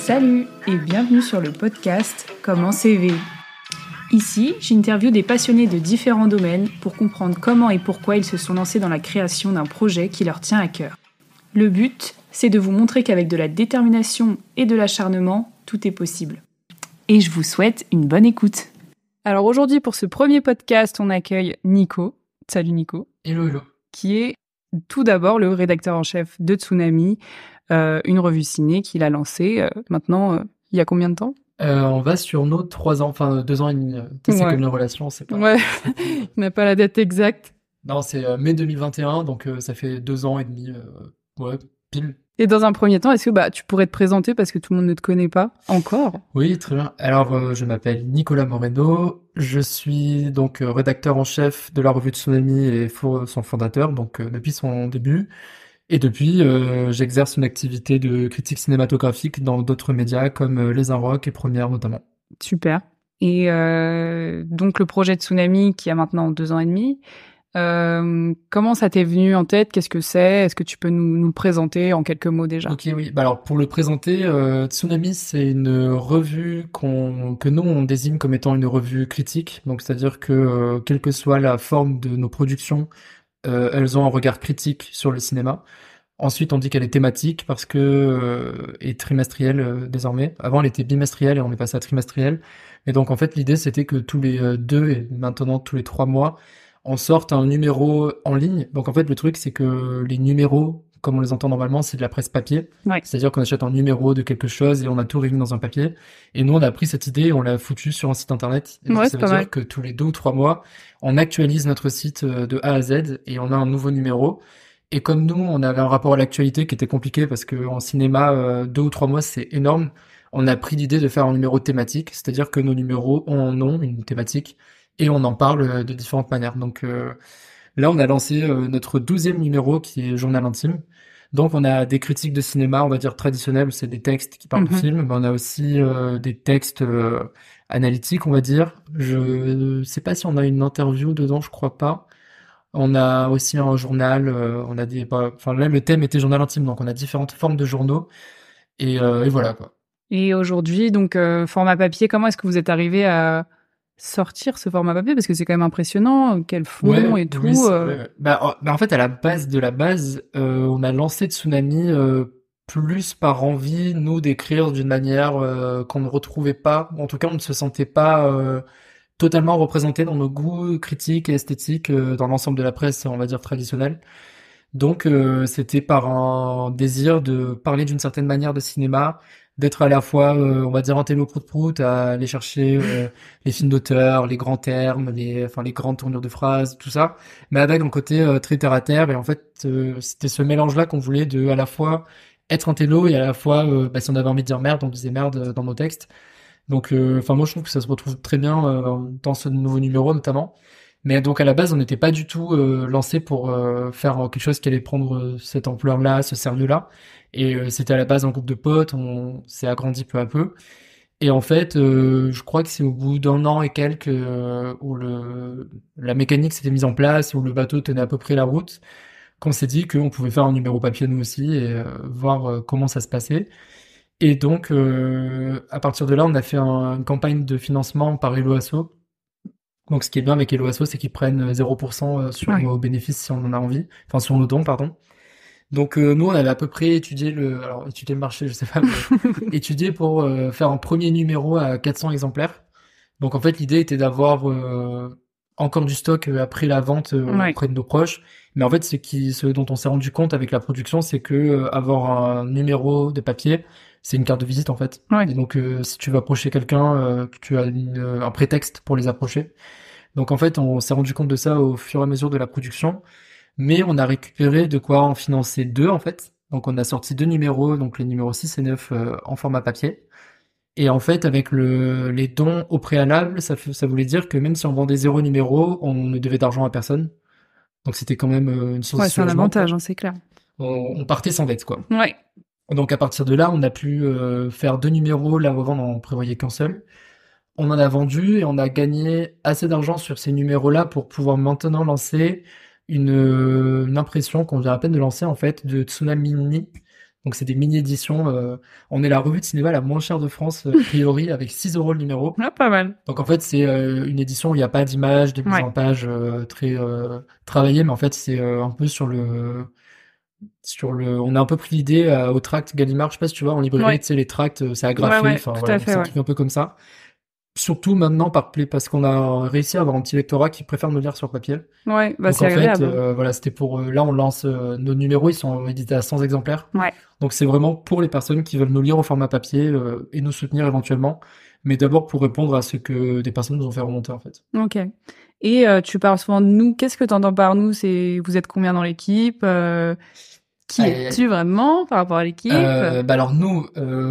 Salut et bienvenue sur le podcast Comment CV. Ici, j'interviewe des passionnés de différents domaines pour comprendre comment et pourquoi ils se sont lancés dans la création d'un projet qui leur tient à cœur. Le but, c'est de vous montrer qu'avec de la détermination et de l'acharnement, tout est possible. Et je vous souhaite une bonne écoute. Alors aujourd'hui, pour ce premier podcast, on accueille Nico. Salut Nico. Hello, hello. Qui est tout d'abord le rédacteur en chef de Tsunami, une revue ciné qu'il a lancée maintenant, il y a combien de temps ? On va sur nos 3 ans, enfin 2 ans et demi. C'est comme une relation, c'est pas... Ouais, il n'a pas la date exacte. Non, c'est mai 2021, donc ça fait 2 ans et demi, ouais, pile. Et dans un premier temps, est-ce que tu pourrais te présenter parce que tout le monde ne te connaît pas encore ? Oui, très bien. Alors, je m'appelle Nicolas Moreno, je suis donc rédacteur en chef de la revue Tsunami et son fondateur, donc depuis son début. Et depuis, j'exerce une activité de critique cinématographique dans d'autres médias comme Les Inrocks et Première notamment. Super. Et donc le projet Tsunami qui a maintenant 2 ans et demi, comment ça t'est venu en tête ? Qu'est-ce que c'est ? Est-ce que tu peux nous le présenter en quelques mots déjà ? Ok, oui. Alors pour le présenter, Tsunami, c'est une revue que nous on désigne comme étant une revue critique. Donc c'est-à-dire que quelle que soit la forme de nos productions, elles ont un regard critique sur le cinéma. Ensuite, on dit qu'elle est thématique parce que est trimestrielle désormais. Avant, elle était bimestrielle et on est passé à trimestrielle. Et donc, en fait, l'idée, c'était que tous les 2 et maintenant tous les 3 mois, on sorte un numéro en ligne. Donc, en fait, le truc, c'est que les numéros, comme on les entend normalement, c'est de la presse papier. Ouais. C'est-à-dire qu'on achète un numéro de quelque chose et on a tout réuni dans un papier. Et nous, on a pris cette idée et on l'a foutu sur un site internet. Et donc, ça veut dire que tous les 2 ou 3 mois, on actualise notre site de A à Z et on a un nouveau numéro. Et comme nous, on avait un rapport à l'actualité qui était compliqué parce que en cinéma, 2 ou 3 mois, c'est énorme. On a pris l'idée de faire un numéro thématique, c'est-à-dire que nos numéros ont une thématique et on en parle de différentes manières. Donc là, on a lancé notre 12e numéro qui est Journal intime. Donc on a des critiques de cinéma, on va dire traditionnelles, c'est des textes qui parlent de films, mais on a aussi des textes analytiques, on va dire. Je sais pas si on a une interview dedans, je crois pas. On a aussi un journal, on a là le thème était journal intime, donc on a différentes formes de journaux et voilà quoi. Et aujourd'hui, donc format papier, comment est-ce que vous êtes arrivé à sortir ce format papier ? Parce que c'est quand même impressionnant, quel fond et tout. Oui, ouais. En fait, à la base de la base, on a lancé Tsunami plus par envie, nous, d'écrire d'une manière qu'on ne retrouvait pas. En tout cas, on ne se sentait pas totalement représenté dans nos goûts critiques et esthétiques dans l'ensemble de la presse, on va dire, traditionnelle. Donc, c'était par un désir de parler d'une certaine manière de cinéma, d'être à la fois, on va dire, un télo prout-prout, à aller chercher les films d'auteur, les grands termes, les grandes tournures de phrases, tout ça, mais avec un côté très terre-à-terre. Et en fait, c'était ce mélange-là qu'on voulait de à la fois être un télo et à la fois, si on avait envie de dire merde, on disait merde dans nos textes. Donc, moi, je trouve que ça se retrouve très bien dans ce nouveau numéro, notamment. Mais donc, à la base, on n'était pas du tout lancé pour faire quelque chose qui allait prendre cette ampleur-là, ce sérieux-là. Et c'était à la base un groupe de potes, on s'est agrandi peu à peu. Et en fait, je crois que c'est au bout d'1 an et quelques où la mécanique s'était mise en place, où le bateau tenait à peu près la route, qu'on s'est dit qu'on pouvait faire un numéro papier nous aussi et voir comment ça se passait. Et donc, à partir de là, on a fait une campagne de financement par Hello Asso. Donc, ce qui est bien avec Hello Asso, c'est qu'ils prennent 0% sur nos bénéfices si on en a envie. Enfin, sur nos dons, pardon. Donc, nous, on avait à peu près étudié le marché, je sais pas, mais étudié pour faire un premier numéro à 400 exemplaires. Donc, en fait, l'idée était d'avoir encore du stock après la vente auprès de nos proches. Mais en fait, ce dont on s'est rendu compte avec la production, c'est que avoir un numéro de papier, c'est une carte de visite en fait. Ouais. Et donc si tu veux approcher quelqu'un, tu as un prétexte pour les approcher. Donc en fait, on s'est rendu compte de ça au fur et à mesure de la production, mais on a récupéré de quoi en financer 2 en fait. Donc on a sorti 2 numéros, donc les numéros 6 et 9 en format papier. Et en fait, avec les dons au préalable, ça voulait dire que même si on vendait 0 numéro, on ne devait d'argent à personne. Donc c'était quand même une source de c'est un soulagement. avantage, c'est clair. On partait sans dette, quoi. Ouais. Donc à partir de là, on a pu faire 2 numéros, là avant on en prévoyait qu'un seul. On en a vendu et on a gagné assez d'argent sur ces numéros-là pour pouvoir maintenant lancer une impression qu'on vient à peine de lancer en fait de Tsunami Mini. Donc c'est des mini-éditions. On est la revue de cinéma la moins chère de France, a priori, avec 6 euros le numéro. Ah, pas mal. Donc en fait, c'est une édition où il n'y a pas d'image, de mise Ouais. en page très travaillée, mais en fait, c'est un peu on a un peu pris l'idée au tract Gallimard, je sais pas si tu vois, en librairie, Ouais. tu sais, les tracts, c'est Ouais, agrafé, ouais, enfin tout voilà, à donc fait, c'est un ouais. truc un peu comme ça. Surtout maintenant parce qu'on a réussi à avoir un petit lectorat qui préfère nous lire sur papier. Ouais, bah Donc c'est en fait, agréable. voilà, c'était pour là on lance nos numéros, ils sont édités à 100 exemplaires. Ouais. Donc c'est vraiment pour les personnes qui veulent nous lire au format papier et nous soutenir éventuellement, mais d'abord pour répondre à ce que des personnes nous ont fait remonter en fait. Ok. Et tu parles souvent de nous. Qu'est-ce que tu entends par nous? C'est vous êtes combien dans l'équipe? Qui Aïe, aïe, es-tu vraiment par rapport à l'équipe? bah alors nous,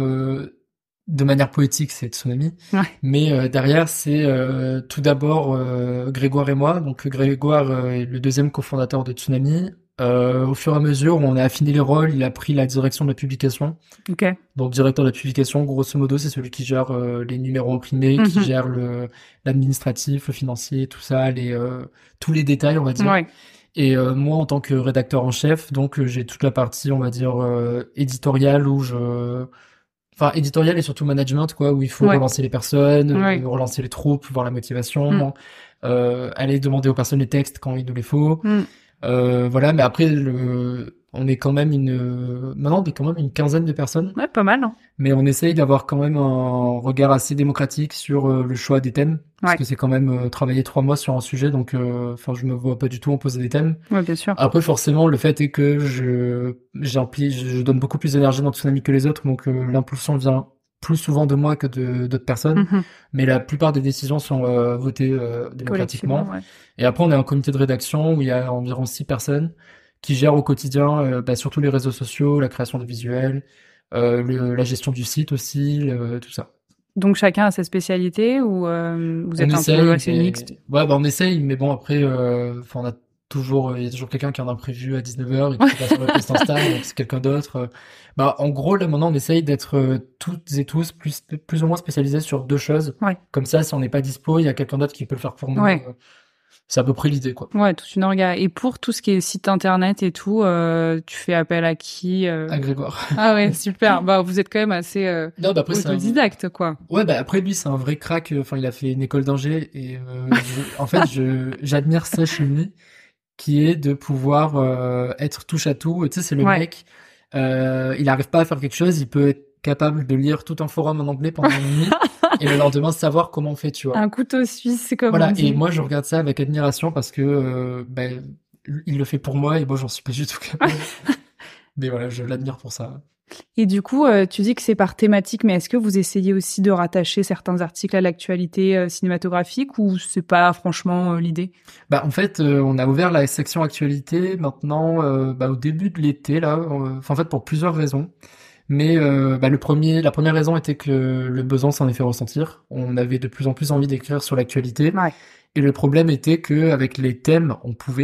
de manière poétique, c'est Tsunami, Ouais. mais derrière c'est tout d'abord Grégoire et moi. Donc Grégoire est le deuxième cofondateur de Tsunami. Au fur et à mesure, on a affiné les rôles. Il a pris la direction de la publication. Ok. Donc directeur de la publication, grosso modo, c'est celui qui gère les numéros imprimés, qui Mhm. gère l'administratif, le financier, tout ça, tous les détails, on va dire. Ouais. Et moi, en tant que rédacteur en chef, donc j'ai toute la partie, on va dire, éditoriale enfin éditoriale et surtout management, quoi, où il faut Ouais. relancer les personnes, Ouais. relancer les troupes, voir la Mm. motivation, aller demander aux personnes les textes quand il nous les faut. Mm. Voilà, mais après, on est quand même maintenant, on est quand même une quinzaine de personnes, Ouais, pas mal, hein. mais on essaye d'avoir quand même un regard assez démocratique sur le choix des thèmes, parce Ouais. que c'est quand même travailler 3 mois sur un sujet, donc enfin je me vois pas du tout en poser des thèmes. Ouais, bien sûr. Après forcément le fait est que je donne beaucoup plus d'énergie dans Tsunami que les autres, donc l'impulsion vient plus souvent de moi que de d'autres personnes, Mhm. mais la plupart des décisions sont votées Collectivement, démocratiquement. ouais. Et après on a un comité de rédaction où il y a environ 6 personnes qui gèrent au quotidien bah, surtout les réseaux sociaux, la création de visuels, la gestion du site aussi, tout ça. Donc chacun a sa spécialité ou vous On êtes un peu essaye, assez mixte? ouais, bah on essaye, mais bon après, enfin il y a toujours quelqu'un qui a un imprévu à 19h et qui peut pas faire le post Insta, donc c'est quelqu'un d'autre. Bah en gros là maintenant on essaye d'être toutes et tous plus ou moins spécialisés sur 2 choses. Ouais. Comme ça, si on n'est pas dispo, il y a quelqu'un d'autre qui peut le faire pour nous. Ouais. C'est à peu près l'idée, quoi. Ouais, toute une orga. Et pour tout ce qui est site internet et tout, tu fais appel à qui À Grégoire. Ah ouais, super. Bah vous êtes quand même assez Non, bah après autodidacte, quoi. Ouais, bah après lui c'est un vrai crack. Enfin, il a fait une école d'ingé et en fait j'admire ça chez lui, qui est de pouvoir être touche à tout. Tu sais, c'est le Ouais. mec. Il arrive pas à faire quelque chose, il peut être capable de lire tout un forum en anglais pendant une nuit et le lendemain savoir comment on fait, tu vois. Un couteau suisse, c'est comme on Voilà. dit. Et moi je regarde ça avec admiration parce que il le fait pour moi et moi j'en suis pas du tout capable. Mais voilà, je l'admire pour ça. Et du coup, tu dis que c'est par thématique, mais est-ce que vous essayez aussi de rattacher certains articles à l'actualité cinématographique ou c'est pas franchement l'idée? Bah en fait, on a ouvert la section actualité maintenant au début de l'été là. Enfin, en fait pour plusieurs raisons. Mais la première raison était que le besoin s'en est fait ressentir. On avait de plus en plus envie d'écrire sur l'actualité. Ouais. Et le problème était que avec les thèmes,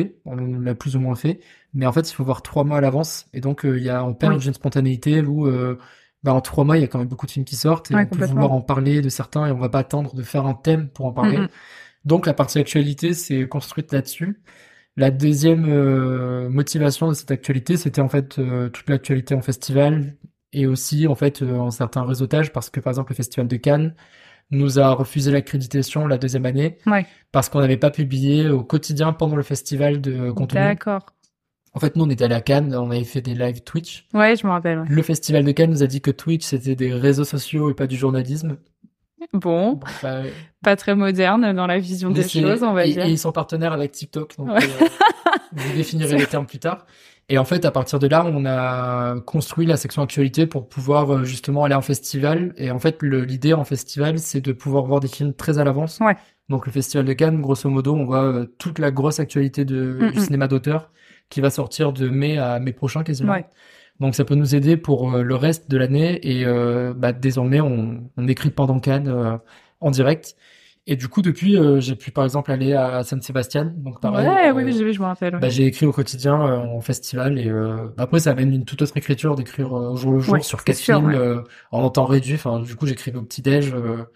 on l'a plus ou moins fait, mais en fait, il faut voir 3 mois à l'avance. Et donc, on perd Oui. une spontanéité où, en 3 mois, il y a quand même beaucoup de films qui sortent et Ouais, on peut complètement. vouloir en parler de certains et on va pas attendre de faire un thème pour en parler. Mhm. Donc, la partie actualité, c'est construite là-dessus. La deuxième motivation de cette actualité, c'était en fait toute l'actualité en festival et aussi en fait un certain réseautage parce que par exemple le festival de Cannes nous a refusé l'accréditation la deuxième année Ouais. parce qu'on n'avait pas publié au quotidien pendant le festival de contenu. D'accord. En fait, nous on était allé à Cannes, on avait fait des lives Twitch. Ouais, je me rappelle. Ouais. Le festival de Cannes nous a dit que Twitch c'était des réseaux sociaux et pas du journalisme. Bon, Bon, bah, pas très moderne dans la vision mais des choses, on va dire. et ils sont partenaires avec TikTok, donc Ouais. vous définirez les termes plus tard. Et en fait, à partir de là, on a construit la section actualité pour pouvoir justement aller en festival. Et en fait, l'idée en festival, c'est de pouvoir voir des films très à l'avance. Ouais. Donc le festival de Cannes, grosso modo, on voit toute la grosse actualité du cinéma d'auteur qui va sortir de mai à mai prochain quasiment. Ouais. Donc ça peut nous aider pour le reste de l'année. Et désormais, on écrit pendant Cannes en direct. Et du coup, depuis, j'ai pu par exemple aller à San-Sébastien. Donc pareil. Ouais, oui, je me rappelle. Ouais. J'ai écrit au quotidien en festival et après ça amène une toute autre écriture d'écrire au jour le jour Ouais, sur c'est 4 sûr, films ouais. en temps réduit. Enfin, du coup, j'écrivais au petit-déj.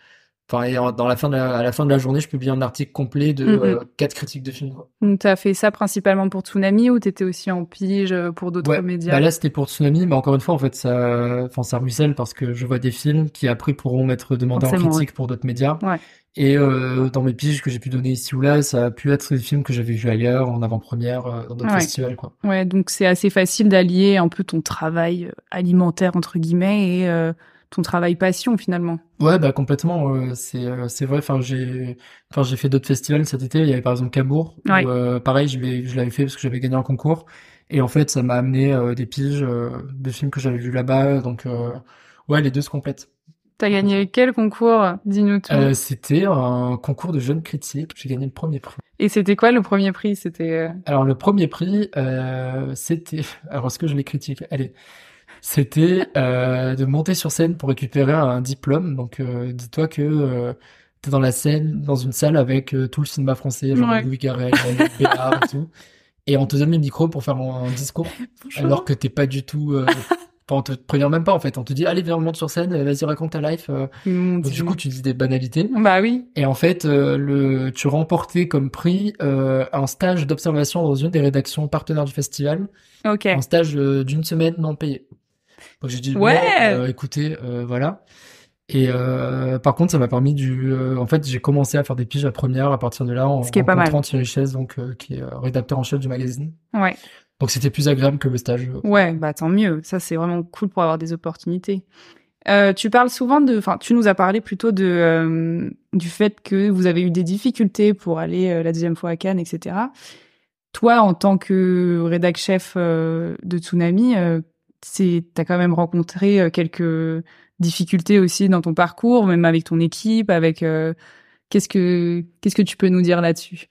Enfin, et à la fin de la journée, je publie un article complet de 4 critiques de films, quoi. Donc, t'as fait ça principalement pour Toonami ou t'étais aussi en pige pour d'autres Ouais, médias? bah là c'était pour Tsunami, mais encore une fois en fait ça ruisselle parce que je vois des films qui après pourront m'être demandés en Forcément, critique pour d'autres médias. ouais. Et dans mes piges que j'ai pu donner ici ou là, ça a pu être des films que j'avais vus ailleurs, en avant-première, dans d'autres Ouais. festivals, quoi. Ouais, donc c'est assez facile d'allier un peu ton travail alimentaire entre guillemets et ton travail passion finalement. Ouais, bah complètement. C'est vrai. J'ai fait d'autres festivals cet été. Il y avait par exemple Cabourg où Ouais. pareil, je l'avais fait parce que j'avais gagné un concours. Et en fait, ça m'a amené des piges de films que j'avais vus là-bas. Donc ouais, les deux se complètent. T'as gagné quel concours? Dis-nous tout. C'était un concours de jeunes critiques. J'ai gagné le premier prix. Et c'était quoi le premier prix? C'était Alors le premier prix, c'était. Alors est-ce que je les critique? Allez. C'était de monter sur scène pour récupérer un diplôme. Donc, dis-toi que t'es dans une salle avec tout le cinéma français, genre ouais. Louis Garrel, Béard et tout. Et on te donne le micro pour faire un discours, alors que t'es pas du tout. Enfin, on te prévient même pas en fait. On te dit allez viens monte sur scène, vas-y raconte ta life. Mon Donc du Dieu. coup tu dis des banalités. Bah oui. Et en fait tu remportais comme prix un stage d'observation dans une des rédactions partenaires du festival, Ok. un stage d'une semaine non payé. Donc j'ai dit bon, Ouais. écoutez, voilà. Et par contre, ça m'a permis en fait, j'ai commencé à faire des piges à première à partir de là, en Ce qui est pas mal. rencontrant Thierry Chaise, donc qui est rédacteur en chef du magazine. Ouais. Donc c'était plus agréable que le stage. Ouais, bah tant mieux. Ça c'est vraiment cool pour avoir des opportunités. Tu parles souvent tu nous as parlé plutôt du fait que vous avez eu des difficultés pour aller la deuxième fois à Cannes, etc. Toi, en tant que rédac chef de Toonami, t'as quand même rencontré quelques difficultés aussi dans ton parcours, même avec ton équipe, avec qu'est-ce que tu peux nous dire là-dessus?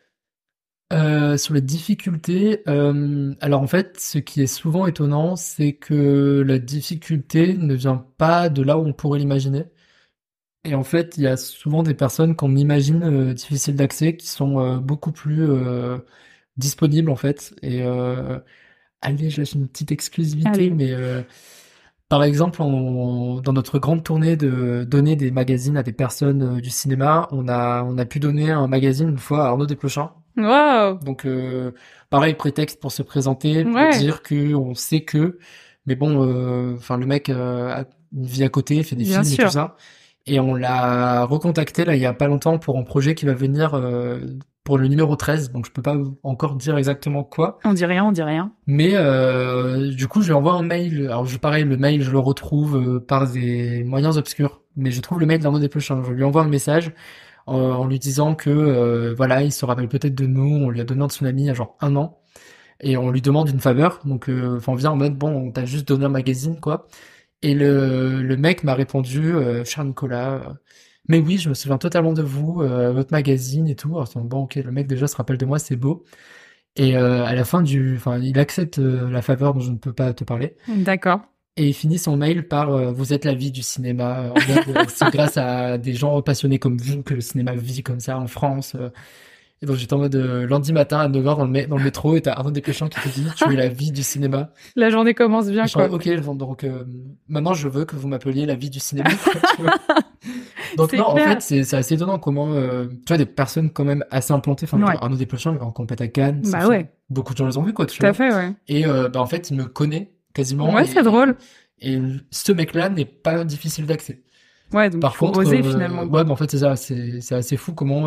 Sur les difficultés, alors en fait, ce qui est souvent étonnant, c'est que la difficulté ne vient pas de là où on pourrait l'imaginer. Et en fait, il y a souvent des personnes qu'on imagine difficiles d'accès qui sont beaucoup plus disponibles en fait. Et allez, je lâche une petite exclusivité, Allez. mais par exemple, dans notre grande tournée de donner des magazines à des personnes du cinéma, on a pu donner un magazine une fois à Arnaud Desplechin. Wow. Donc pareil, prétexte pour se présenter, pour Ouais. dire que on sait que, mais bon, enfin le mec a une vie à côté, fait des Bien films et sûr. tout ça. Et on l'a recontacté là il y a pas longtemps pour un projet qui va venir pour le numéro 13, donc je peux pas encore dire exactement quoi. On dit rien, on dit rien. Mais du coup, je lui envoie un mail. Alors, pareil, le mail, je le retrouve par des moyens obscurs. Mais je trouve le mail d'Arnaud Desplechin. Je lui envoie un message en lui disant que voilà, il se rappelle peut-être de nous. On lui a donné un tsunami il y a genre 1 an. Et on lui demande une faveur. Donc, enfin, on vient en mode, bon, on t'a juste donné un magazine, quoi. Et le mec m'a répondu, cher Nicolas, mais oui, je me souviens totalement de vous, votre magazine et tout. Alors, c'est bon, ok, le mec déjà se rappelle de moi, c'est beau. Et à la fin enfin, il accepte la faveur dont je ne peux pas te parler. D'accord. Et il finit son mail par vous êtes la vie du cinéma. En mode, c'est grâce à des gens passionnés comme vous que le cinéma vit comme ça en France. Et donc j'étais en mode lundi matin à 9h dans le métro et t'as Arnaud Desplechin qui te dit tu es la vie du cinéma. La journée commence bien, Et je suis en quoi. mode, ok, donc maintenant je veux que vous m'appeliez la vie du cinéma. Tu vois. Donc C'est non, en clair. fait c'est assez étonnant comment tu vois des personnes quand même assez implantées. Enfin Ouais. genre, Arnaud Desplechin il va en compète à Cannes. Bah ouais. Beaucoup de gens les ont vus quoi. Tu Tout à vois. fait, ouais. Et bah en fait il me connaît quasiment. Ouais, c'est drôle. Et ce mec-là n'est pas difficile d'accès. Ouais, donc Par il faut contre, oser finalement. ouais, bah en fait c'est ça, c'est assez fou comment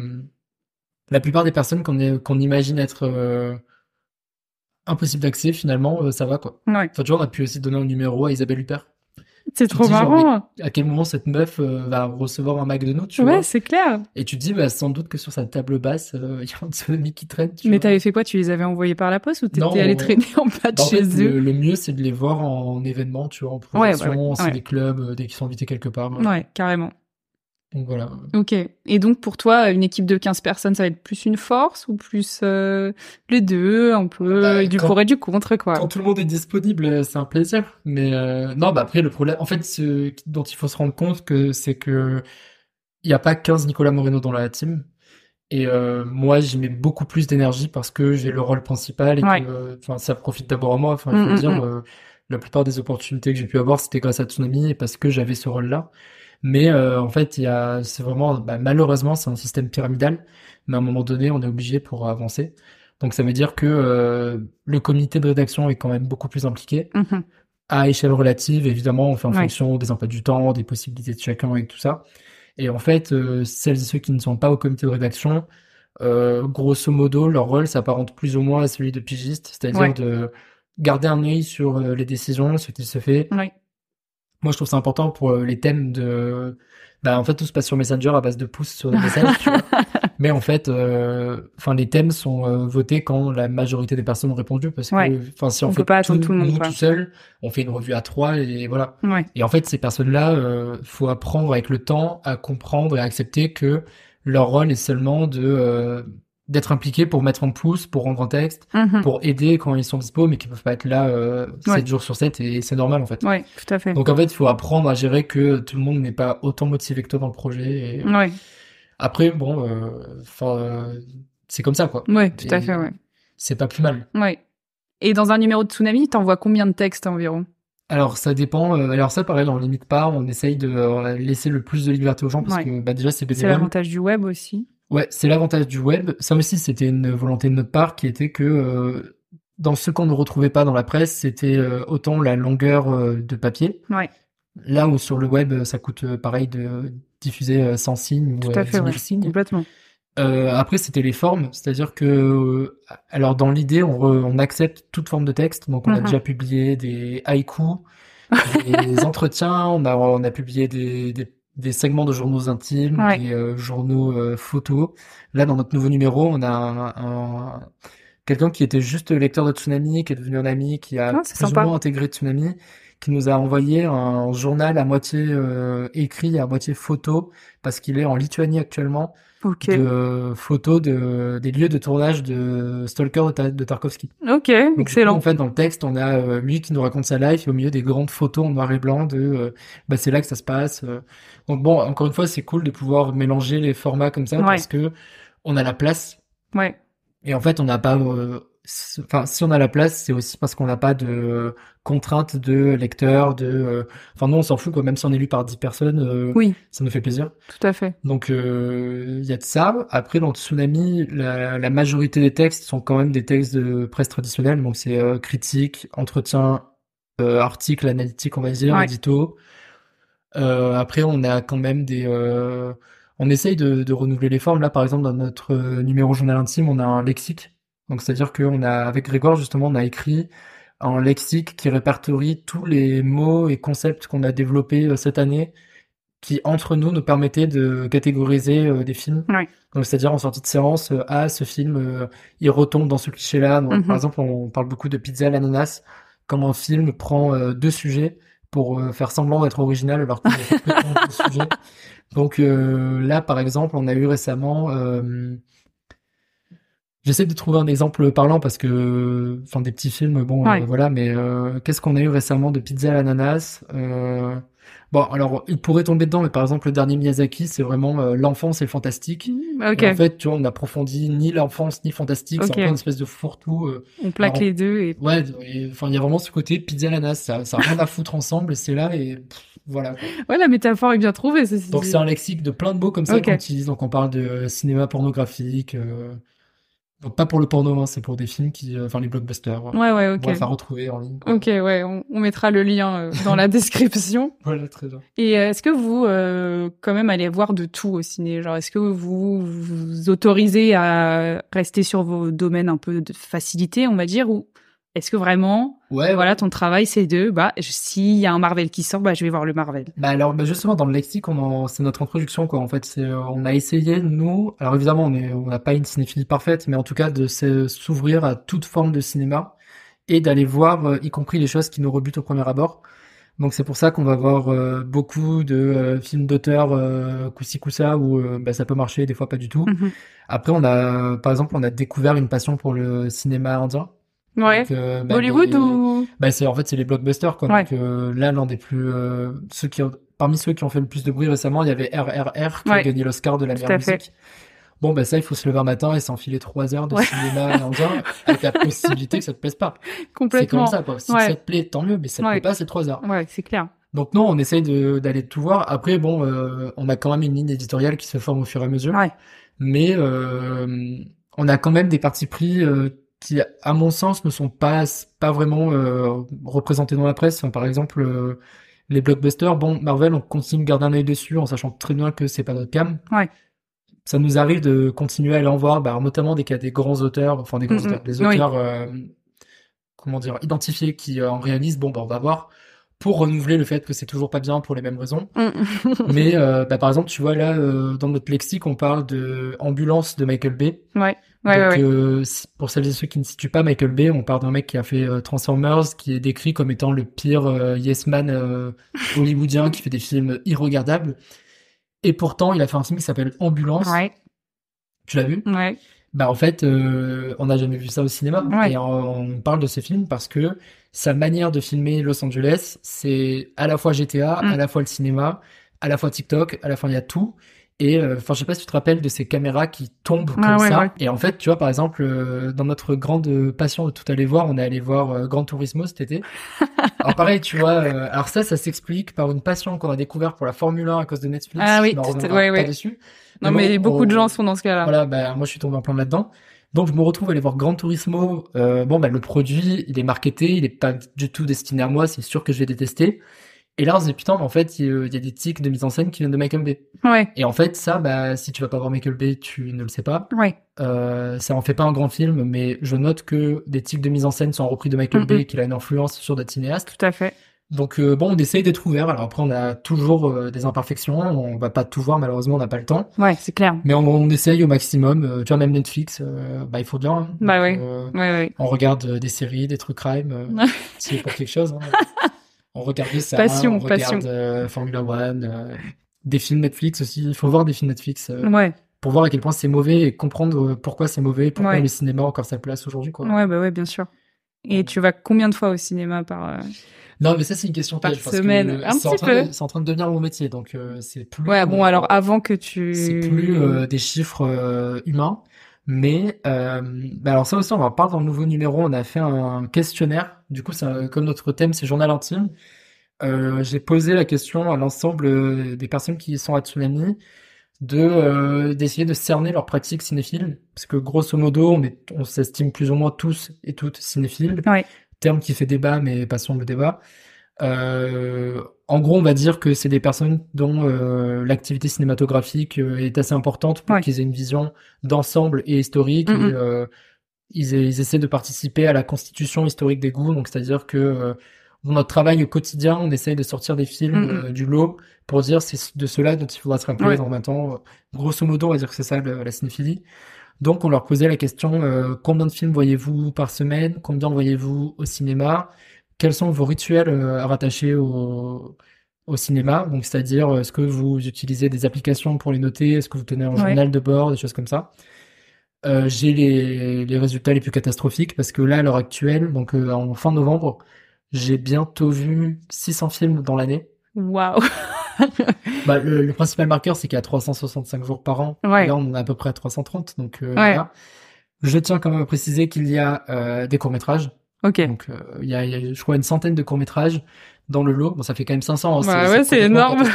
la plupart des personnes qu'on imagine être impossible d'accès, finalement, ça va quoi. Ouais. Enfin, tu vois, on a pu aussi donner un numéro à Isabelle Huppert. C'est Tu te trop dis genre, mais marrant. à quel moment cette meuf va recevoir un mag de nous, tu vois. Ouais, c'est clair. Et tu te dis, bah, sans doute que sur sa table basse, il y a un tsunami qui traîne, tu Mais vois. t'avais fait quoi? Tu les avais envoyés par la poste ou Non, t'étais allé traîner en bas de bah, en fait, chez eux? le mieux, c'est de les voir en événement, tu vois, en Ouais, bah projection, ouais. c'est Ouais. des clubs, dès qu'ils sont invités quelque part. Ouais, carrément. Donc voilà. Ok. Et donc pour toi, une équipe de 15 personnes, ça va être plus une force ou plus les deux, un peu Bah, du quand- pour et du contre, quoi. Quand tout le monde est disponible, c'est un plaisir. Mais non, bah après le problème, en fait, ce dont il faut se rendre compte c'est que il y a pas 15 Nicolas Moreno dans la team. Et moi, j'y mets beaucoup plus d'énergie parce que j'ai le rôle principal et Ouais. que, enfin, ça profite d'abord à moi. Enfin, il faut le dire, la plupart des opportunités que j'ai pu avoir, c'était grâce à Tsunami et parce que j'avais ce rôle-là. Mais en fait, c'est vraiment, malheureusement, c'est un système pyramidal. Mais à un moment donné, on est obligé pour avancer. Donc ça veut dire que le comité de rédaction est quand même beaucoup plus impliqué. Mhm. À échelle relative, évidemment, on fait en Ouais. fonction des emplois du temps, des possibilités de chacun et tout ça. Et en fait, celles et ceux qui ne sont pas au comité de rédaction, grosso modo, leur rôle s'apparente plus ou moins à celui de pigiste, c'est-à-dire Ouais. de garder un œil sur les décisions, ce qui se fait. Ouais. Moi, je trouve ça important pour les thèmes de... en fait, tout se passe sur Messenger à base de pouces sur des messages, tu vois. Mais en fait, les thèmes sont votés quand la majorité des personnes ont répondu, parce Ouais. que, si on On fait peut pas attendre tout le monde, nous quoi. tout seul, on fait une revue à 3 et voilà. Ouais. Et en fait, ces personnes-là, faut apprendre avec le temps à comprendre et à accepter que leur rôle est seulement d'être impliqué pour mettre un pouce, pour rendre un texte, Mhm. pour aider quand ils sont dispo, mais qui peuvent pas être là 7 jours sur 7 et c'est normal en fait. Ouais, tout à fait. Donc en fait, il faut apprendre à gérer que tout le monde n'est pas autant motivé que toi dans le projet. Et... Ouais. Après, bon, c'est comme ça quoi. Ouais, tout à Et fait, ouais. c'est pas plus mal. Ouais. Et dans un numéro de Tsunami, t'envoies combien de textes environ? Alors ça dépend. Alors ça, pareil, on limite pas. On essaye de laisser le plus de liberté aux gens parce Ouais. que déjà c'est C'est bénévole. l'avantage du web aussi. Ouais, c'est l'avantage du web. Ça aussi, c'était une volonté de notre part qui était que dans ce qu'on ne retrouvait pas dans la presse, c'était autant la longueur de papier. Ouais. Là où sur le web, ça coûte pareil de diffuser 100 signes Tout ou à 10 fait, 000 ouais. signes. Complètement. Après, c'était les formes, c'est-à-dire que, alors dans l'idée, on accepte toute forme de texte. Donc, on a Mhm. déjà publié des haïkus, des entretiens, on a publié des segments de journaux intimes, Ouais. des journaux photos. Là, dans notre nouveau numéro, on a quelqu'un qui était juste lecteur de Tsunami, qui est devenu un ami, qui a Ah, c'est plus ou sympa. moins intégré Tsunami, qui nous a envoyé un journal à moitié écrit et à moitié photo, parce qu'il est en Lituanie actuellement, Ok. de photos des lieux de tournage de Stalker de Tarkovsky. Ok, Donc, du coup, excellent. en fait, dans le texte, on a lui qui nous raconte sa life et au milieu des grandes photos en noir et blanc c'est là que ça se passe. Donc bon, encore une fois, c'est cool de pouvoir mélanger les formats comme ça Ouais. parce que on a la place. Ouais. Et en fait, on n'a pas... si on a la place, c'est aussi parce qu'on n'a pas de contraintes de lecteur, nous, on s'en fout, quoi. Même si on est lu par 10 personnes, Oui, ça nous fait plaisir. tout à fait. Donc, il y a de ça. Après, dans Tsunami, la majorité des textes sont quand même des textes de presse traditionnelle. Donc, c'est critique, entretien, article, analytique, on va dire, Ouais. édito. Après, on a quand même on essaye de renouveler les formes. Là, par exemple, dans notre numéro journal intime, on a un lexique. Donc, c'est-à-dire avec Grégoire, justement, on a écrit un lexique qui répertorie tous les mots et concepts qu'on a développés cette année, qui, entre nous permettaient de catégoriser des films. Ouais. Donc, c'est-à-dire, en sortie de séance, ce film, il retombe dans ce cliché-là. Donc, Mhm. par exemple, on parle beaucoup de Pizza à l'ananas, comme un film prend deux sujets pour faire semblant d'être original alors qu'il est complètement deux sujets. Donc là, par exemple, on a eu récemment... J'essaie de trouver un exemple parlant parce que... des petits films, bon, Ouais. voilà, mais qu'est-ce qu'on a eu récemment de Pizza à l'ananas Bon, alors, il pourrait tomber dedans, mais par exemple, le dernier Miyazaki, c'est vraiment l'enfance et le fantastique. Ok. Et en fait, tu vois, on n'approfondit ni l'enfance ni fantastique, c'est Ok. un peu une espèce de fourre-tout. On plaque alors, les deux et... Ouais, il y a vraiment ce côté pizza à l'ananas, ça a rien à foutre ensemble, et c'est là, et voilà, quoi. Ouais, la métaphore est bien trouvée, ceci Donc dit. c'est un lexique de plein de mots comme ça Ok. qu'on utilise. Donc on parle de cinéma pornographique, donc pas pour le porno, hein, c'est pour des films les blockbusters. Ouais, ok. Bref, à retrouver en ligne, quoi. Ok, ouais, on mettra le lien dans la description. Voilà, très bien. Et est-ce que vous, quand même, allez voir de tout au ciné? Genre, est-ce que vous vous autorisez à rester sur vos domaines un peu de facilité, on va dire, ou est-ce que vraiment, Ouais, voilà, ton travail, c'est s'il y a un Marvel qui sort, je vais voir le Marvel. alors, justement, dans le lexique, c'est notre introduction, quoi. En fait, on a essayé, nous, alors évidemment, on n'a pas une cinéphilie parfaite, mais en tout cas, de s'ouvrir à toute forme de cinéma et d'aller voir, y compris les choses qui nous rebutent au premier abord. Donc, c'est pour ça qu'on va voir beaucoup de films d'auteur, coup-ci, coup-ça, où ça peut marcher, des fois pas du tout. Mhm. Après, par exemple, on a découvert une passion pour le cinéma indien. Ouais. Donc, Bollywood ou... c'est les blockbusters, quoi. Ouais. Donc là, l'un des plus parmi ceux qui ont fait le plus de bruit récemment, il y avait RRR qui a Ouais. gagné l'Oscar de la Tout meilleure à fait. musique. Bon, ça, il faut se lever un matin et s'enfiler 3 heures de cinéma indien avec la possibilité que ça te plaise pas. C'est Complètement. comme ça, quoi. Si Ouais. ça te plaît, tant mieux, mais ça te Ouais. plaît pas, c'est 3 heures. Ouais, c'est clair. Donc non, on essaye d'aller tout voir. Après, bon, on a quand même une ligne éditoriale qui se forme au fur et à mesure. Ouais. Mais on a quand même des partis pris qui, à mon sens, ne sont pas vraiment représentés dans la presse. Enfin, par exemple, les blockbusters. Bon, Marvel, on continue de garder un œil dessus, en sachant très bien que c'est pas notre cam. Ouais. Ça nous arrive de continuer à aller en voir, bah, notamment dès qu'il y a des grands auteurs, enfin des grands auteurs, des auteurs, comment dire, identifiés qui en réalisent. Bon, bah, on va voir pour renouveler le fait que c'est toujours pas bien pour les mêmes raisons. Mais bah, par exemple, tu vois là, dans notre lexique, on parle de Ambulance de Michael Bay. Ouais. Donc, pour celles et ceux qui ne situent pas Michael Bay, on parle d'un mec qui a fait Transformers, qui est décrit comme étant le pire yes man hollywoodien, qui fait des films irregardables. Et pourtant, il a fait un film qui s'appelle Ambulance. Ouais. Tu l'as vu? Ouais. Bah en fait, on n'a jamais vu ça au cinéma. Ouais. Et on parle de ce film parce que sa manière de filmer Los Angeles, c'est à la fois GTA, à la fois le cinéma, à la fois TikTok, à la fois il y a tout. Et enfin, je sais pas si tu te rappelles de ces caméras qui tombent comme ça. Ouais. Et en fait, tu vois, par exemple, dans notre grande passion de tout aller voir, on est allé voir Gran Turismo cet été. Alors pareil, tu vois, alors ça s'explique par une passion qu'on a découvert pour la Formule 1 à cause de Netflix. Ah oui, on reviendra pas ouais. dessus. Non, Mais mais bon, beaucoup de gens sont dans ce cas-là. Voilà, bah moi je suis tombé en plein là-dedans. Donc je me retrouve à aller voir Gran Turismo. Bon, bah le produit, il est marketé, il est pas du tout destiné à moi, c'est sûr que je vais détester. Et là on se dit putain, mais en fait il y a des tics de mise en scène qui viennent de Michael Bay. Ouais. Et en fait ça, bah si tu vas pas voir Michael Bay, tu ne le sais pas. Ouais. Ça en fait pas un grand film, mais je note que des tics de mise en scène sont repris de Michael Bay, qu'il a une influence sur d'autres cinéastes. Tout à fait. Donc bon, on essaye d'être ouvert. Alors après, on a toujours des imperfections. On va pas tout voir, malheureusement, on n'a pas le temps. Ouais, c'est clair. Mais on essaye au maximum. Tu vois, même Netflix, bah il faut de l'heure. Hein. Bah Donc, ouais. On regarde des séries, des true crime, c'est pour quelque chose. Hein. On regarde ça, Passion, on regarde Formula One, des films Netflix aussi. Il faut voir des films Netflix pour voir à quel point c'est mauvais et comprendre pourquoi c'est mauvais, pourquoi le cinéma a encore sa place aujourd'hui, quoi. Ouais, bah ouais, bien sûr. Et tu vas combien de fois au cinéma par Non, mais ça, c'est une question par semaine. Un petit peu. C'est en train de devenir mon métier, donc c'est plus. Ouais, bon, alors avant que tu. C'est plus des chiffres humains, mais bah alors ça aussi, on en parle dans le nouveau numéro. On a fait un questionnaire. Du coup, comme notre thème, c'est journal intime. J'ai posé la question à l'ensemble des personnes qui sont à Tsunami d'essayer de cerner leurs pratiques cinéphiles, parce que grosso modo, on s'estime plus ou moins tous et toutes cinéphiles. Ouais. Terme qui fait débat, mais passons le débat. En gros, on va dire que c'est des personnes dont l'activité cinématographique est assez importante pour qu'ils aient une vision d'ensemble et historique. Et, ils essaient de participer à la constitution historique des goûts. Donc, c'est-à-dire que dans notre travail au quotidien, on essaye de sortir des films du lot pour dire c'est de cela dont il faudra se rappeler dans 20 ans. Grosso modo, on va dire que c'est ça la cinéphilie. Donc, on leur posait la question combien de films voyez-vous par semaine? Combien voyez-vous au cinéma? Quels sont vos rituels à rattacher au cinéma? Donc, c'est-à-dire, est-ce que vous utilisez des applications pour les noter? Est-ce que vous tenez un journal de bord? Des choses comme ça. J'ai les résultats les plus catastrophiques parce que là, à l'heure actuelle, donc en fin novembre, j'ai bientôt vu 600 films dans l'année. Waouh. Bah, le principal marqueur, c'est qu'il y a 365 jours par an. Là, on est à peu près à 330. Donc, voilà. Je tiens quand même à préciser qu'il y a des courts-métrages. Ok. Donc, il y a, je crois, une centaine de courts-métrages dans le lot. Bon, ça fait quand même 500. Hein, c'est énorme.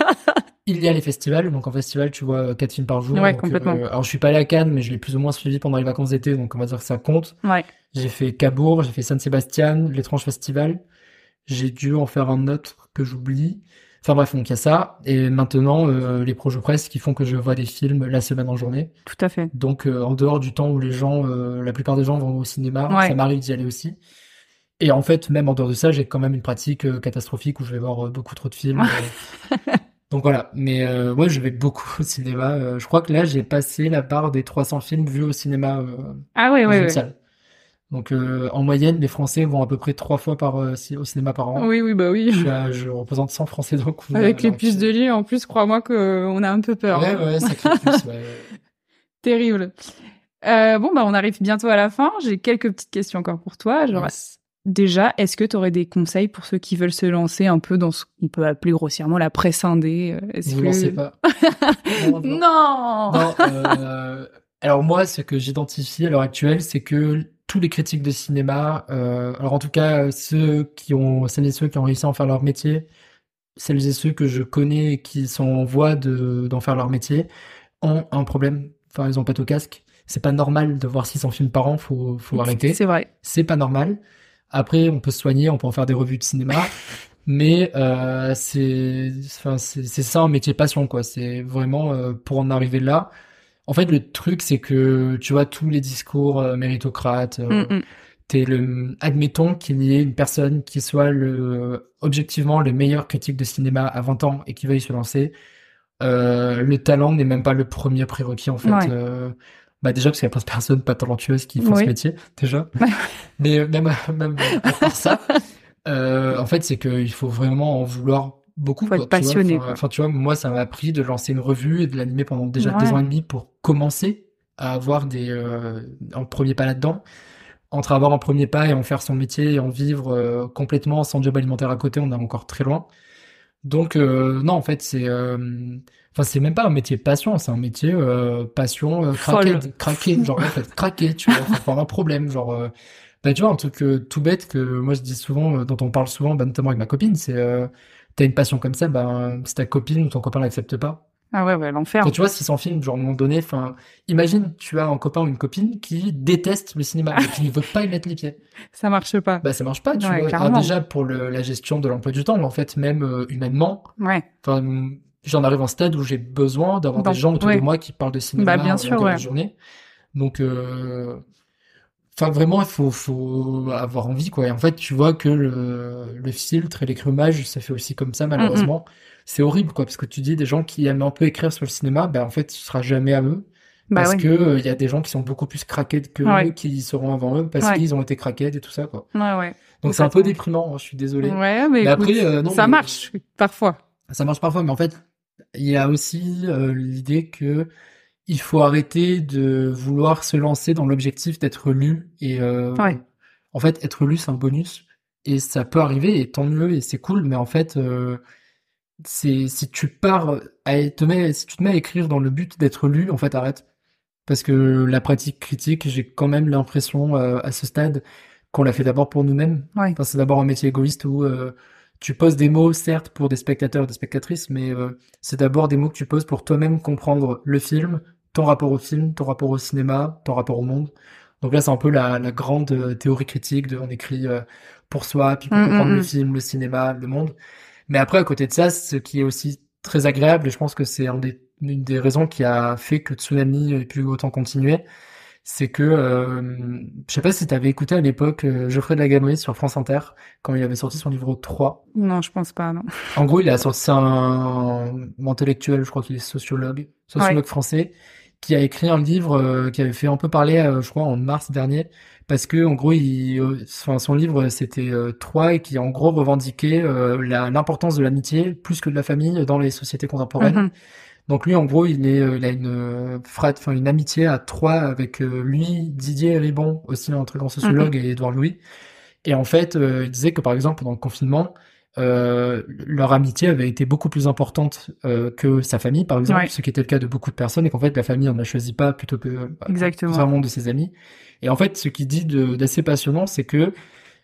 Il y a les festivals. Donc, en festival, tu vois 4 films par jour. Ouais, donc, complètement. Alors, je suis pas allé à Cannes, mais je l'ai plus ou moins suivi pendant les vacances d'été. Donc, on va dire que ça compte. Ouais. J'ai fait Cabourg, j'ai fait San Sebastian, l'Étrange Festival. J'ai dû en faire un autre que j'oublie. Enfin bref, donc il y a ça. Et maintenant, les projets presse qui font que je vois des films la semaine en journée. Tout à fait. Donc, en dehors du temps où les gens, la plupart des gens vont au cinéma, ça m'arrive d'y aller aussi. Et en fait, même en dehors de ça, j'ai quand même une pratique catastrophique où je vais voir beaucoup trop de films. Donc voilà. Mais ouais, je vais beaucoup au cinéma. Je crois que là, j'ai passé la barre des 300 films vus au cinéma. Ah ouais, dans ouais, une salle. Donc en moyenne, les Français vont à peu près 3 fois au cinéma par an. Oui, bah oui. Je représente 100 Français donc. Avec les puces de lit, en plus, crois-moi qu'on a un peu peur. Ouais, sacré puce, ouais. Terrible. Bon, bah on arrive bientôt à la fin. J'ai quelques petites questions encore pour toi. Genre, déjà, est-ce que tu aurais des conseils pour ceux qui veulent se lancer un peu dans ce qu'on peut appeler grossièrement la presse indé? Vous lancez pas. Non. Alors moi, ce que j'identifie à l'heure actuelle, c'est que tous les critiques de cinéma, alors en tout cas celles et ceux qui ont réussi à en faire leur métier, celles et ceux que je connais et qui sont en voie d'en faire leur métier ont un problème. Enfin, ils ont pas au casque. C'est pas normal de voir 600 films par an, faut arrêter. C'est vrai. C'est pas normal. Après, on peut se soigner, on peut en faire des revues de cinéma, mais c'est ça un métier passion, quoi. C'est vraiment pour en arriver là. En fait, le truc, c'est que tu vois tous les discours méritocrates. Admettons qu'il y ait une personne qui soit objectivement le meilleur critique de cinéma à 20 ans et qui veuille se lancer. Le talent n'est même pas le premier prérequis, en fait. Ouais. Bah déjà parce qu'il y a plein de personnes pas talentueuses qui font ce métier, déjà. Mais même à part ça, en fait, c'est qu'il faut vraiment en vouloir beaucoup. Faut être passionné, quoi. Enfin, tu vois, moi, ça m'a pris de lancer une revue et de l'animer pendant déjà 2 ans et demi pour commencer à avoir un premier pas là-dedans. Entre avoir un premier pas et en faire son métier et en vivre complètement sans job alimentaire à côté, on est encore très loin. Donc non, en fait, c'est même pas un métier passion, c'est un métier passion craqué, genre en fait, craqué, tu vois, faut avoir un problème, genre bah tu vois un truc tout bête que moi je dis souvent, dont on parle souvent, bah, notamment avec ma copine, c'est t'as une passion comme ça, bah si ta copine ou ton copain l'accepte pas. Ah ouais, l'enfer. Enfin, tu vois, si sans film, genre à un moment donné, enfin, imagine tu as un copain ou une copine qui déteste le cinéma, et qui ne veut pas y mettre les pieds. Ça marche pas. Bah ça marche pas, tu vois. Alors, déjà pour la gestion de l'emploi du temps, mais en fait même humainement. Ouais. Enfin, j'en arrive à un stade où j'ai besoin d'avoir des gens autour de moi qui parlent de cinéma bien sûr, la journée. Donc enfin vraiment il faut avoir envie, quoi. Et en fait tu vois que le filtre et l'écrémage ça fait aussi comme ça, malheureusement. C'est horrible, quoi, parce que tu dis des gens qui aiment un peu écrire sur le cinéma, ben en fait ce sera jamais à eux. Parce que il y a des gens qui sont beaucoup plus craqués que eux, qui seront avant eux, parce qu'ils ont été craqués et tout ça, quoi. Donc c'est un peu déprimant, hein, je suis désolé. Mais écoute, après, non, ça marche parfois. Ça marche parfois, mais en fait, il y a aussi l'idée que il faut arrêter de vouloir se lancer dans l'objectif d'être lu. Et en fait, être lu, c'est un bonus. Et ça peut arriver, et tant mieux, et c'est cool, mais en fait, si tu pars si tu te mets à écrire dans le but d'être lu, en fait, arrête. Parce que la pratique critique, j'ai quand même l'impression à ce stade qu'on l'a fait d'abord pour nous-mêmes. Enfin, c'est d'abord un métier égoïste où tu poses des mots, certes, pour des spectateurs et des spectatrices, mais c'est d'abord des mots que tu poses pour toi-même comprendre le film, ton rapport au film, ton rapport au cinéma, ton rapport au monde. Donc là, c'est un peu la grande théorie critique de on écrit pour soi, puis pour comprendre le film, le cinéma, le monde. Mais après, à côté de ça, ce qui est aussi très agréable, et je pense que c'est une des raisons qui a fait que Tsunami ait pu autant continuer, c'est que, je sais pas si t'avais écouté à l'époque Geoffrey de la Gamerie sur France Inter, quand il avait sorti son livre 3. Non, je pense pas, non. En gros, il a sorti un intellectuel, je crois qu'il est sociologue français, qui a écrit un livre qui avait fait un peu parler, je crois, en mars dernier, parce que en gros, son livre c'était 3 et qui en gros revendiquait l'importance de l'amitié plus que de la famille dans les sociétés contemporaines. Donc lui, en gros, il a une amitié à 3 avec lui, Didier Ribon, aussi un très grand sociologue, et Édouard Louis. Et en fait, il disait que par exemple pendant le confinement, leur amitié avait été beaucoup plus importante que sa famille, par exemple, ce qui était le cas de beaucoup de personnes, et qu'en fait la famille en a choisi pas plutôt que vraiment de ses amis. Et en fait, ce qu'il dit d'assez passionnant, c'est que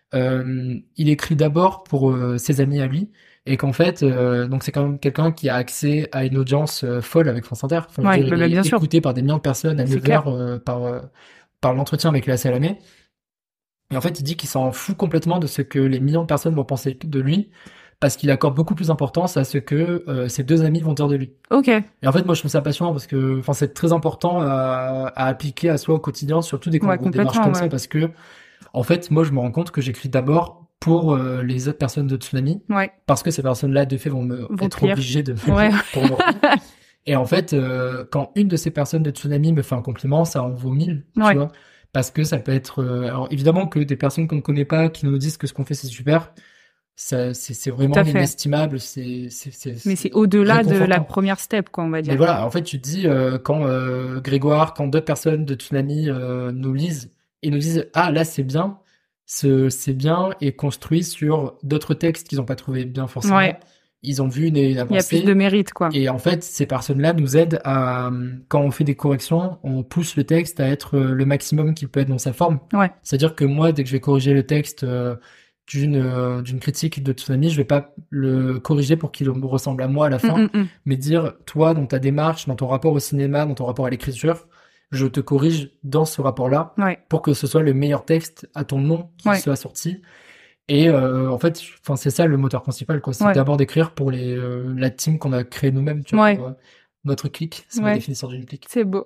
il écrit d'abord pour ses amis à lui, et qu'en fait, donc c'est quand même quelqu'un qui a accès à une audience folle avec France Inter. Enfin, il est écouté par des millions de personnes à 9h par l'entretien avec Léa Salamé. Et en fait, il dit qu'il s'en fout complètement de ce que les millions de personnes vont penser de lui, parce qu'il accorde beaucoup plus d'importance à ce que ses 2 amis vont dire de lui. Et en fait, moi, je trouve ça passionnant parce que, enfin, c'est très important à appliquer à soi au quotidien, surtout dès qu'on démarche comme ça, parce que, en fait, moi, je me rends compte que j'écris d'abord pour les autres personnes de Tsunami, parce que ces personnes-là, de fait, vont être obligées de me lire pour me Et en fait, quand une de ces personnes de Tsunami me fait un compliment, ça en vaut 1000, tu vois. Parce que ça peut être... alors évidemment que des personnes qu'on ne connaît pas, qui nous disent que ce qu'on fait c'est super, c'est vraiment inestimable. Mais c'est au-delà de la première step, quoi, on va dire. Mais voilà, en fait tu te dis, quand Grégoire, quand d'autres personnes de Tsunami nous lisent, et nous disent « Ah, là c'est bien », c'est bien et construit sur d'autres textes qu'ils n'ont pas trouvé bien forcément. Ils ont vu une avancée. Il y a plus de mérite, quoi. Et en fait, ces personnes-là nous aident à, quand on fait des corrections, on pousse le texte à être le maximum qu'il peut être dans sa forme. C'est-à-dire que moi, dès que je vais corriger le texte, d'une critique de Tsunami, je vais pas le corriger pour qu'il me ressemble à moi à la fin, mais dire, toi, dans ta démarche, dans ton rapport au cinéma, dans ton rapport à l'écriture, je te corrige dans ce rapport-là pour que ce soit le meilleur texte à ton nom qui soit sorti. Et en fait, enfin c'est ça le moteur principal, quoi. C'est d'abord d'écrire pour la team qu'on a créée nous-mêmes, tu vois, pour, notre clique. C'est ma définition d'une clique. C'est beau.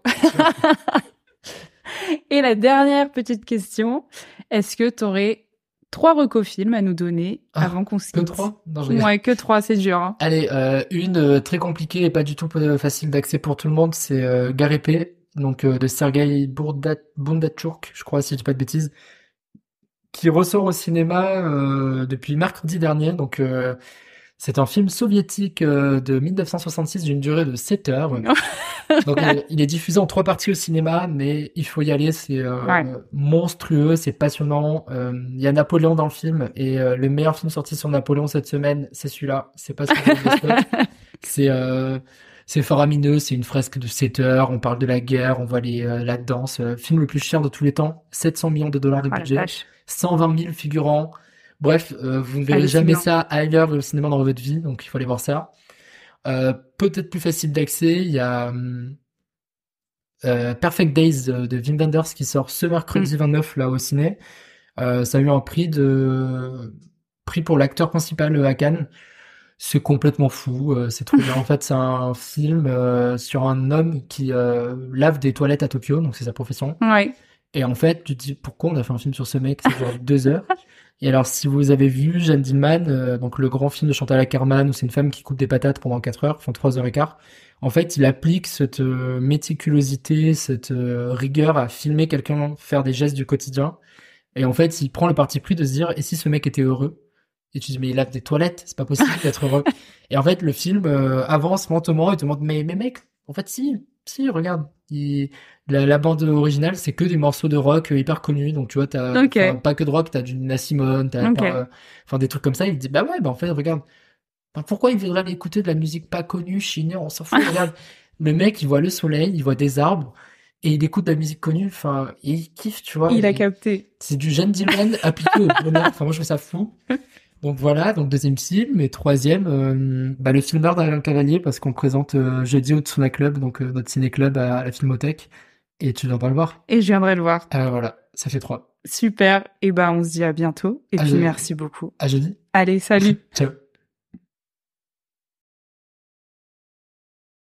Et la dernière petite question, est-ce que tu aurais 3 recos-films à nous donner avant qu'on se quitte? Que 3? Non, que 3, c'est dur. Hein. Allez, une très compliquée et pas du tout facile d'accès pour tout le monde, c'est Gare épée, donc de Sergueï Bondarchuk, je crois, si je dis pas de bêtises, qui ressort au cinéma depuis mercredi dernier. Donc c'est un film soviétique de 1966 d'une durée de 7 heures. Donc il est diffusé en 3 parties au cinéma, mais il faut y aller, c'est monstrueux, c'est passionnant. Il y a Napoléon dans le film, et le meilleur film sorti sur Napoléon cette semaine, c'est celui-là. C'est pas c'est faramineux, c'est une fresque de 7 heures, on parle de la guerre, on voit la danse. Film le plus cher de tous les temps, 700 millions de dollars de budget, 120 000 figurants. Bref, vous ne verrez jamais ça ailleurs au cinéma dans votre vie, donc il faut aller voir ça. Peut-être plus facile d'accès, il y a Perfect Days de Wim Wenders qui sort ce mercredi 29 là au ciné. Ça a eu un prix pour l'acteur principal à Cannes. C'est complètement fou, c'est trop bien. En fait, c'est un film sur un homme qui lave des toilettes à Tokyo, donc c'est sa profession. Et en fait, tu te dis pourquoi on a fait un film sur ce mec, c'est genre 2 heures. Et alors, si vous avez vu Jeanne Dielman, donc le grand film de Chantal Akerman, où c'est une femme qui coupe des patates pendant 4 heures, enfin 3 heures et quart, en fait, il applique cette méticulosité, cette rigueur à filmer quelqu'un faire des gestes du quotidien. Et en fait, il prend le parti pris de se dire, et si ce mec était heureux? Et tu te dis, mais il lave des toilettes, c'est pas possible d'être heureux. Et en fait, le film avance lentement et te montre, mais mec, en fait, si, regarde. La bande originale, c'est que des morceaux de rock hyper connus. Donc, tu vois, pas que de rock, t'as du Nina Simone, t'as des trucs comme ça. Il dit, bah ouais, bah en fait, regarde. Pourquoi il voudrait écouter de la musique pas connue, chinoise, on s'en fout, regarde. Le mec, il voit le soleil, il voit des arbres, et il écoute de la musique connue, enfin, et il kiffe, tu vois. Il a capté. C'est du Jeanne Dielman appliqué au bonheur. Enfin, moi, je trouve ça fou. Donc voilà, donc deuxième film, et troisième, le film d'art d'Alain Cavalier, parce qu'on présente jeudi au Tsuna Club, donc notre ciné-club à la Filmothèque, et tu viendras le voir. Et je viendrai le voir. Voilà, ça fait 3. Super, et on se dit à bientôt, et puis merci beaucoup. À jeudi. Allez, salut. Ciao.